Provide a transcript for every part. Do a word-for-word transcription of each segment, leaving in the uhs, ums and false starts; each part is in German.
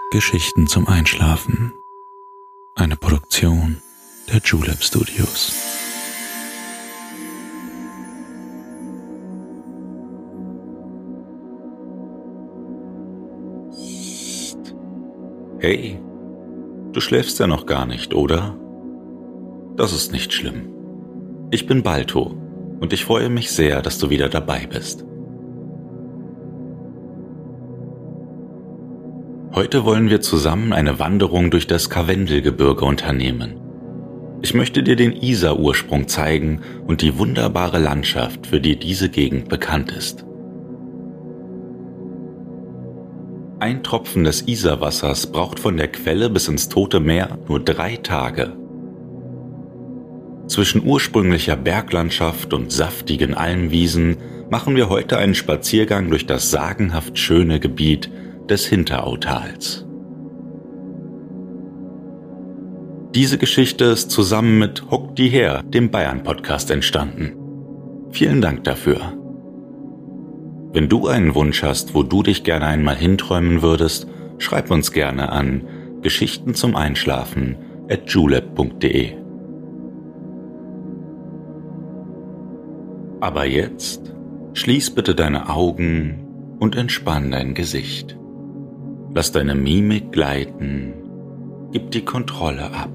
Geschichten zum Einschlafen. Eine Produktion der Julep Studios. Hey, du schläfst ja noch gar nicht, oder? Das ist nicht schlimm. Ich bin Balto und ich freue mich sehr, dass du wieder dabei bist. Heute wollen wir zusammen eine Wanderung durch das Karwendelgebirge unternehmen. Ich möchte dir den Isar-Ursprung zeigen und die wunderbare Landschaft, für die diese Gegend bekannt ist. Ein Tropfen des Isarwassers braucht von der Quelle bis ins Tote Meer nur drei Tage. Zwischen ursprünglicher Berglandschaft und saftigen Almwiesen machen wir heute einen Spaziergang durch das sagenhaft schöne Gebiet des Hinterautals. Diese Geschichte ist zusammen mit Huck die Her, dem Bayern-Podcast, entstanden. Vielen Dank dafür. Wenn du einen Wunsch hast, wo du dich gerne einmal hinträumen würdest, schreib uns gerne an geschichten zum Einschlafen at julep punkt de. Aber jetzt schließ bitte deine Augen und entspann dein Gesicht. Lass deine Mimik gleiten, gib die Kontrolle ab.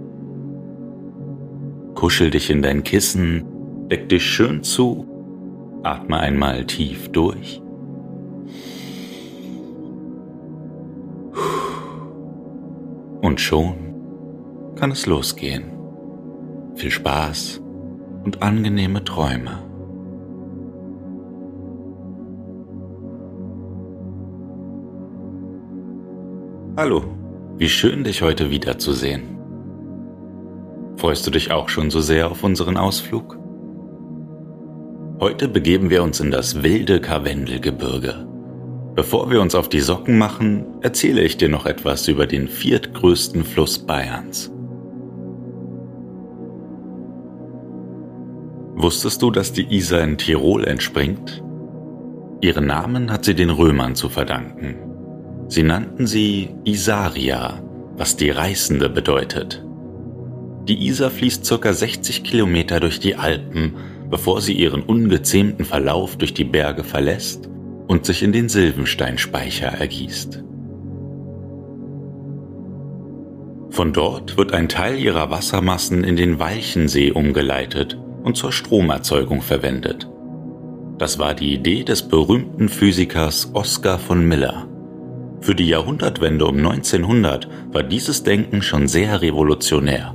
Kuschel dich in dein Kissen, deck dich schön zu, atme einmal tief durch. Und schon kann es losgehen. Viel Spaß und angenehme Träume. Hallo, wie schön, dich heute wiederzusehen. Freust du dich auch schon so sehr auf unseren Ausflug? Heute begeben wir uns in das wilde Karwendelgebirge. Bevor wir uns auf die Socken machen, erzähle ich dir noch etwas über den viertgrößten Fluss Bayerns. Wusstest du, dass die Isar in Tirol entspringt? Ihren Namen hat sie den Römern zu verdanken. Sie nannten sie Isaria, was die Reißende bedeutet. Die Isar fließt ca. sechzig Kilometer durch die Alpen, bevor sie ihren ungezähmten Verlauf durch die Berge verlässt und sich in den Silbensteinspeicher ergießt. Von dort wird ein Teil ihrer Wassermassen in den Walchensee umgeleitet und zur Stromerzeugung verwendet. Das war die Idee des berühmten Physikers Oskar von Miller. Für die Jahrhundertwende um neunzehnhundert war dieses Denken schon sehr revolutionär.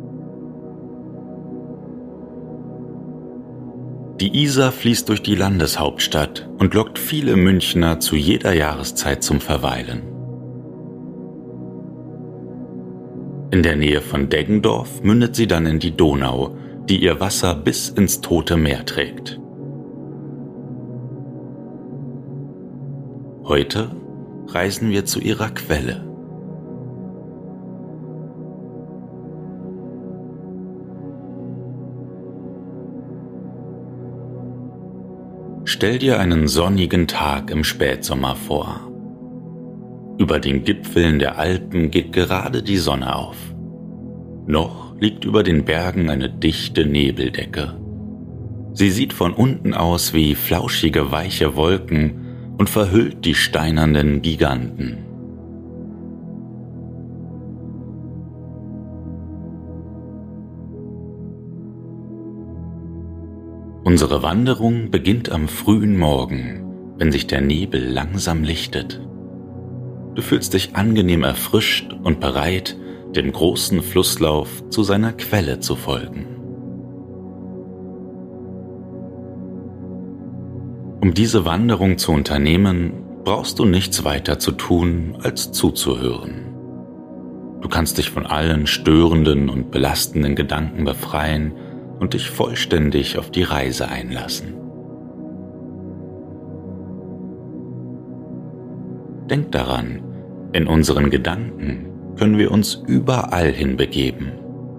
Die Isar fließt durch die Landeshauptstadt und lockt viele Münchner zu jeder Jahreszeit zum Verweilen. In der Nähe von Deggendorf mündet sie dann in die Donau, die ihr Wasser bis ins Tote Meer trägt. Heute reisen wir zu ihrer Quelle. Stell dir einen sonnigen Tag im Spätsommer vor. Über den Gipfeln der Alpen geht gerade die Sonne auf. Noch liegt über den Bergen eine dichte Nebeldecke. Sie sieht von unten aus wie flauschige, weiche Wolken und verhüllt die steinernen Giganten. Unsere Wanderung beginnt am frühen Morgen, wenn sich der Nebel langsam lichtet. Du fühlst dich angenehm erfrischt und bereit, dem großen Flusslauf zu seiner Quelle zu folgen. Um diese Wanderung zu unternehmen, brauchst du nichts weiter zu tun, als zuzuhören. Du kannst dich von allen störenden und belastenden Gedanken befreien und dich vollständig auf die Reise einlassen. Denk daran, in unseren Gedanken können wir uns überall hinbegeben.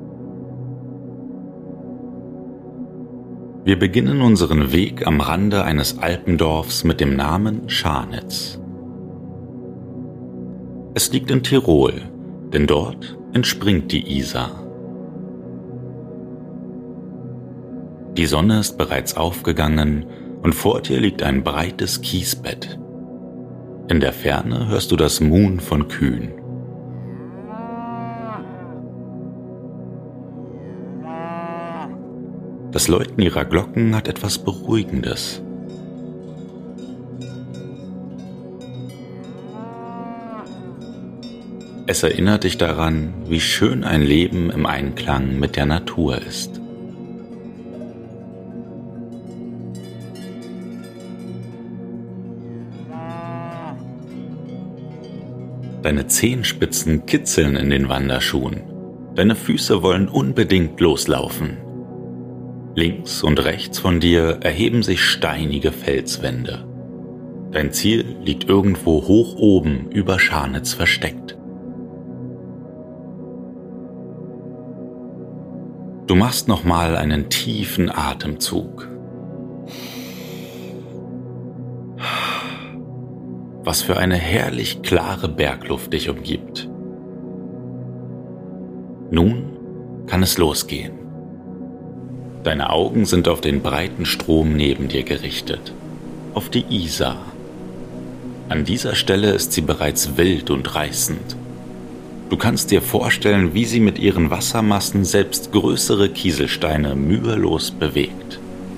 Wir beginnen unseren Weg am Rande eines Alpendorfs mit dem Namen Scharnitz. Es liegt in Tirol, denn dort entspringt die Isar. Die Sonne ist bereits aufgegangen und vor dir liegt ein breites Kiesbett. In der Ferne hörst du das Muhen von Kühen. Das Läuten ihrer Glocken hat etwas Beruhigendes. Es erinnert dich daran, wie schön ein Leben im Einklang mit der Natur ist. Deine Zehenspitzen kitzeln in den Wanderschuhen. Deine Füße wollen unbedingt loslaufen. Links und rechts von dir erheben sich steinige Felswände. Dein Ziel liegt irgendwo hoch oben über Scharnitz versteckt. Du machst nochmal einen tiefen Atemzug. Was für eine herrlich klare Bergluft dich umgibt. Nun kann es losgehen. Deine Augen sind auf den breiten Strom neben dir gerichtet, auf die Isar. An dieser Stelle ist sie bereits wild und reißend. Du kannst dir vorstellen, wie sie mit ihren Wassermassen selbst größere Kieselsteine mühelos bewegt.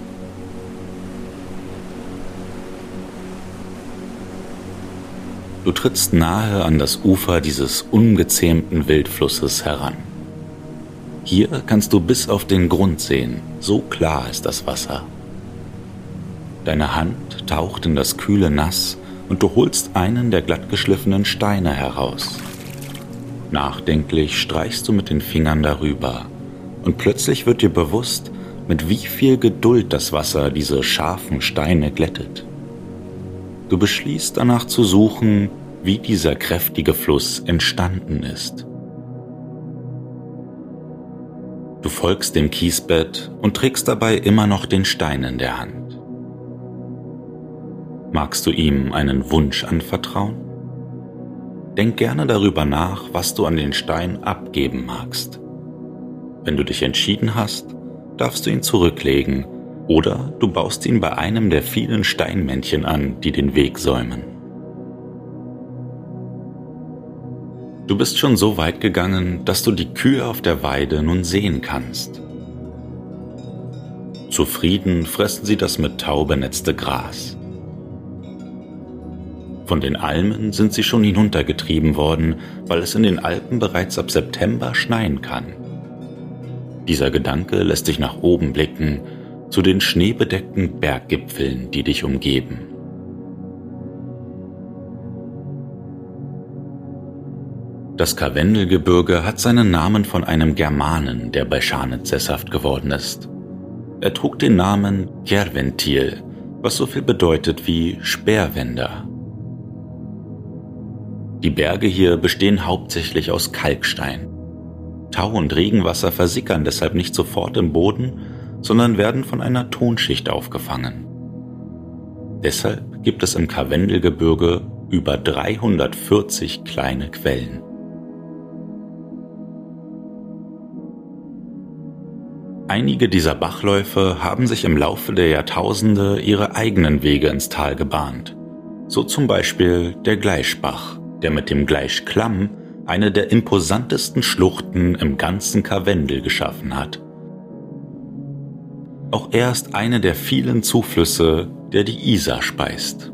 Du trittst nahe an das Ufer dieses ungezähmten Wildflusses heran. Hier kannst du bis auf den Grund sehen, so klar ist das Wasser. Deine Hand taucht in das kühle Nass und du holst einen der glattgeschliffenen Steine heraus. Nachdenklich streichst du mit den Fingern darüber und plötzlich wird dir bewusst, mit wie viel Geduld das Wasser diese scharfen Steine glättet. Du beschließt danach zu suchen, wie dieser kräftige Fluss entstanden ist. Du folgst dem Kiesbett und trägst dabei immer noch den Stein in der Hand. Magst du ihm einen Wunsch anvertrauen? Denk gerne darüber nach, was du an den Stein abgeben magst. Wenn du dich entschieden hast, darfst du ihn zurücklegen oder du baust ihn bei einem der vielen Steinmännchen an, die den Weg säumen. Du bist schon so weit gegangen, dass du die Kühe auf der Weide nun sehen kannst. Zufrieden fressen sie das mit Tau benetzte Gras. Von den Almen sind sie schon hinuntergetrieben worden, weil es in den Alpen bereits ab September schneien kann. Dieser Gedanke lässt dich nach oben blicken, zu den schneebedeckten Berggipfeln, die dich umgeben. Das Karwendelgebirge hat seinen Namen von einem Germanen, der bei Scharnitz sesshaft geworden ist. Er trug den Namen Kjerventil, was so viel bedeutet wie Speerwender. Die Berge hier bestehen hauptsächlich aus Kalkstein. Tau und Regenwasser versickern deshalb nicht sofort im Boden, sondern werden von einer Tonschicht aufgefangen. Deshalb gibt es im Karwendelgebirge über dreihundertvierzig kleine Quellen. Einige dieser Bachläufe haben sich im Laufe der Jahrtausende ihre eigenen Wege ins Tal gebahnt. So zum Beispiel der Gleischbach, der mit dem Gleischklamm eine der imposantesten Schluchten im ganzen Karwendel geschaffen hat. Auch er ist eine der vielen Zuflüsse, der die Isar speist.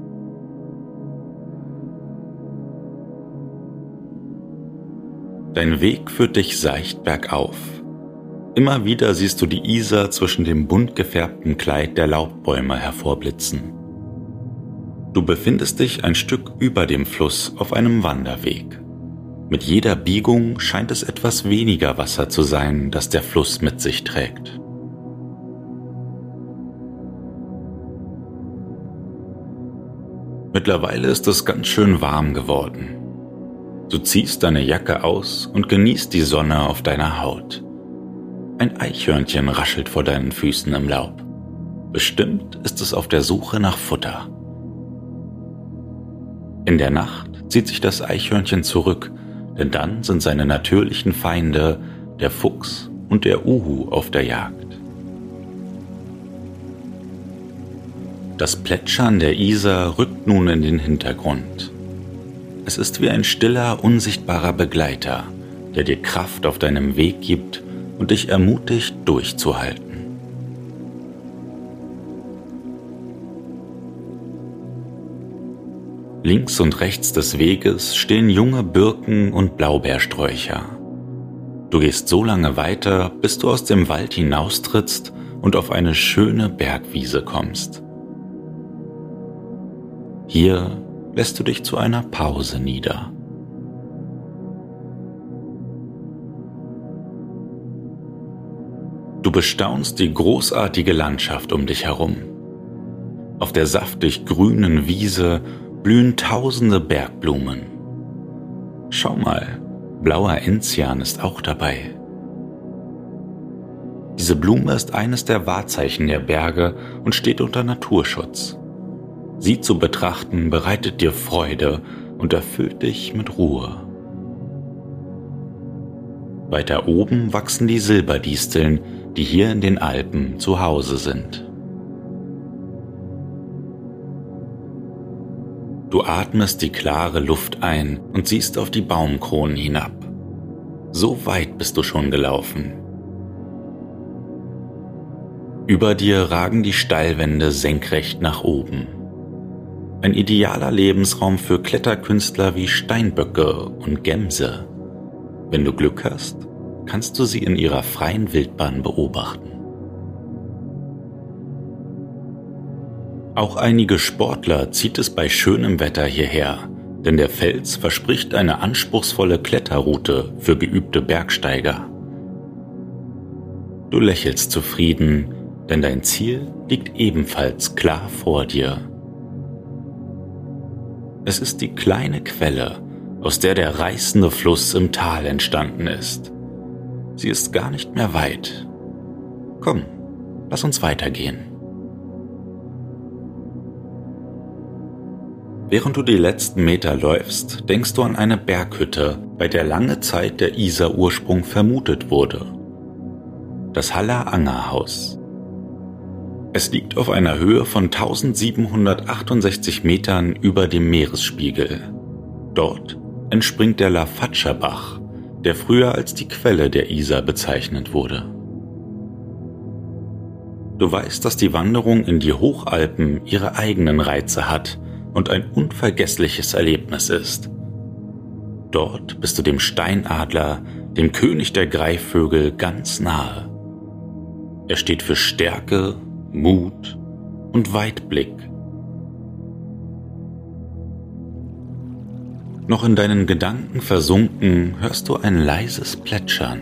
Dein Weg führt dich seicht bergauf. Immer wieder siehst du die Isar zwischen dem bunt gefärbten Kleid der Laubbäume hervorblitzen. Du befindest dich ein Stück über dem Fluss auf einem Wanderweg. Mit jeder Biegung scheint es etwas weniger Wasser zu sein, das der Fluss mit sich trägt. Mittlerweile ist es ganz schön warm geworden. Du ziehst deine Jacke aus und genießt die Sonne auf deiner Haut. Ein Eichhörnchen raschelt vor deinen Füßen im Laub. Bestimmt ist es auf der Suche nach Futter. In der Nacht zieht sich das Eichhörnchen zurück, denn dann sind seine natürlichen Feinde der Fuchs und der Uhu auf der Jagd. Das Plätschern der Isar rückt nun in den Hintergrund. Es ist wie ein stiller, unsichtbarer Begleiter, der dir Kraft auf deinem Weg gibt und dich ermutigt, durchzuhalten. Links und rechts des Weges stehen junge Birken- und Blaubeersträucher. Du gehst so lange weiter, bis du aus dem Wald hinaustrittst und auf eine schöne Bergwiese kommst. Hier lässt du dich zu einer Pause nieder. Du bestaunst die großartige Landschaft um dich herum. Auf der saftig grünen Wiese blühen tausende Bergblumen. Schau mal, blauer Enzian ist auch dabei. Diese Blume ist eines der Wahrzeichen der Berge und steht unter Naturschutz. Sie zu betrachten bereitet dir Freude und erfüllt dich mit Ruhe. Weiter oben wachsen die Silberdisteln, die hier in den Alpen zu Hause sind. Du atmest die klare Luft ein und siehst auf die Baumkronen hinab. So weit bist du schon gelaufen. Über dir ragen die Steilwände senkrecht nach oben. Ein idealer Lebensraum für Kletterkünstler wie Steinböcke und Gämse. Wenn du Glück hast, kannst du sie in ihrer freien Wildbahn beobachten. Auch einige Sportler zieht es bei schönem Wetter hierher, denn der Fels verspricht eine anspruchsvolle Kletterroute für geübte Bergsteiger. Du lächelst zufrieden, denn dein Ziel liegt ebenfalls klar vor dir. Es ist die kleine Quelle, aus der der reißende Fluss im Tal entstanden ist. Sie ist gar nicht mehr weit. Komm, lass uns weitergehen. Während du die letzten Meter läufst, denkst du an eine Berghütte, bei der lange Zeit der Isar-Ursprung vermutet wurde. Das Haller-Anger-Haus. Es liegt auf einer Höhe von tausendsiebenhundertachtundsechzig Metern über dem Meeresspiegel. Dort entspringt der Lafatscherbach, der früher als die Quelle der Isar bezeichnet wurde. Du weißt, dass die Wanderung in die Hochalpen ihre eigenen Reize hat und ein unvergessliches Erlebnis ist. Dort bist du dem Steinadler, dem König der Greifvögel, ganz nahe. Er steht für Stärke, Mut und Weitblick. Noch in deinen Gedanken versunken, hörst du ein leises Plätschern.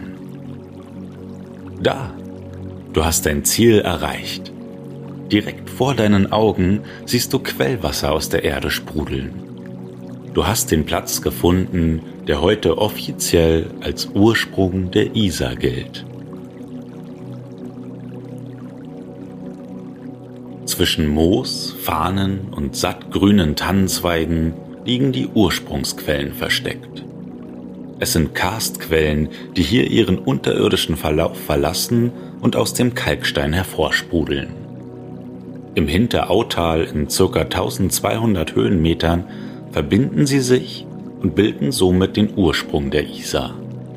Da, du hast dein Ziel erreicht. Direkt vor deinen Augen siehst du Quellwasser aus der Erde sprudeln. Du hast den Platz gefunden, der heute offiziell als Ursprung der Isar gilt. Zwischen Moos, Farnen und sattgrünen Tannenzweigen liegen die Ursprungsquellen versteckt. Es sind Karstquellen, die hier ihren unterirdischen Verlauf verlassen und aus dem Kalkstein hervorsprudeln. Im Hinterautal in ca. tausendzweihundert Höhenmetern verbinden sie sich und bilden somit den Ursprung der Isar.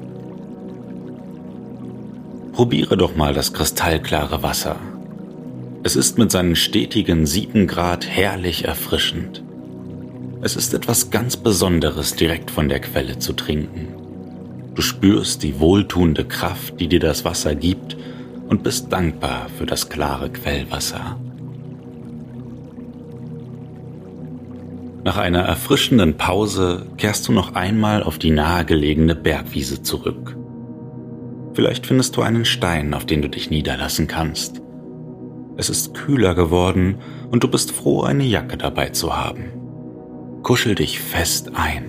Probiere doch mal das kristallklare Wasser. Es ist mit seinen stetigen sieben Grad herrlich erfrischend. Es ist etwas ganz Besonderes, direkt von der Quelle zu trinken. Du spürst die wohltuende Kraft, die dir das Wasser gibt, und bist dankbar für das klare Quellwasser. Nach einer erfrischenden Pause kehrst du noch einmal auf die nahegelegene Bergwiese zurück. Vielleicht findest du einen Stein, auf den du dich niederlassen kannst. Es ist kühler geworden und du bist froh, eine Jacke dabei zu haben. Kuschel dich fest ein.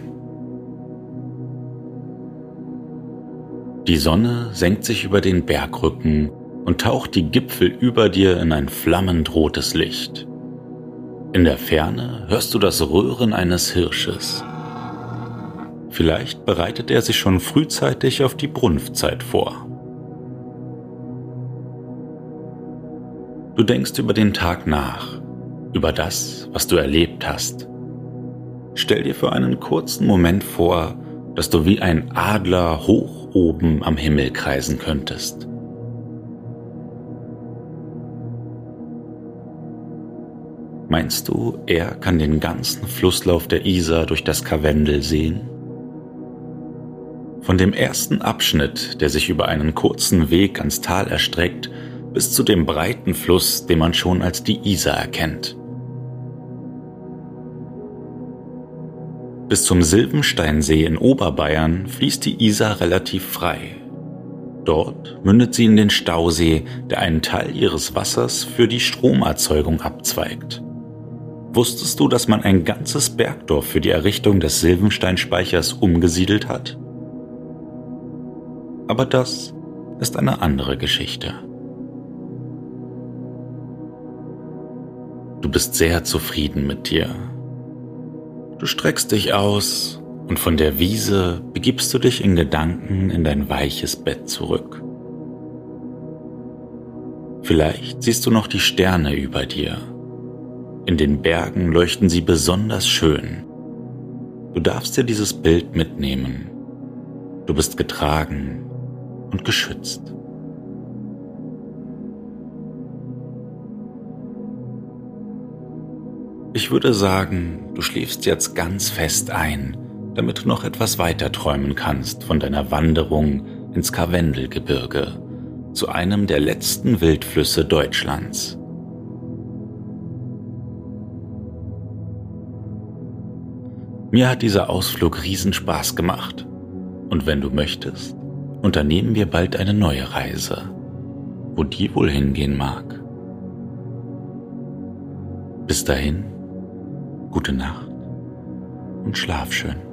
Die Sonne senkt sich über den Bergrücken und taucht die Gipfel über dir in ein flammend rotes Licht. In der Ferne hörst du das Röhren eines Hirsches. Vielleicht bereitet er sich schon frühzeitig auf die Brunftzeit vor. Du denkst über den Tag nach, über das, was du erlebt hast. Stell dir für einen kurzen Moment vor, dass du wie ein Adler hoch oben am Himmel kreisen könntest. Meinst du, er kann den ganzen Flusslauf der Isar durch das Karwendel sehen? Von dem ersten Abschnitt, der sich über einen kurzen Weg ans Tal erstreckt, bis zu dem breiten Fluss, den man schon als die Isar erkennt. Bis zum Silvensteinsee in Oberbayern fließt die Isar relativ frei. Dort mündet sie in den Stausee, der einen Teil ihres Wassers für die Stromerzeugung abzweigt. Wusstest du, dass man ein ganzes Bergdorf für die Errichtung des Silvensteinspeichers umgesiedelt hat? Aber das ist eine andere Geschichte. Du bist sehr zufrieden mit dir. Du streckst dich aus und von der Wiese begibst du dich in Gedanken in dein weiches Bett zurück. Vielleicht siehst du noch die Sterne über dir. In den Bergen leuchten sie besonders schön. Du darfst dir dieses Bild mitnehmen. Du bist getragen und geschützt. Ich würde sagen, du schläfst jetzt ganz fest ein, damit du noch etwas weiter träumen kannst von deiner Wanderung ins Karwendelgebirge, zu einem der letzten Wildflüsse Deutschlands. Mir hat dieser Ausflug Riesenspaß gemacht. Und wenn du möchtest, unternehmen wir bald eine neue Reise, wo die wohl hingehen mag. Bis dahin, gute Nacht und schlaf schön.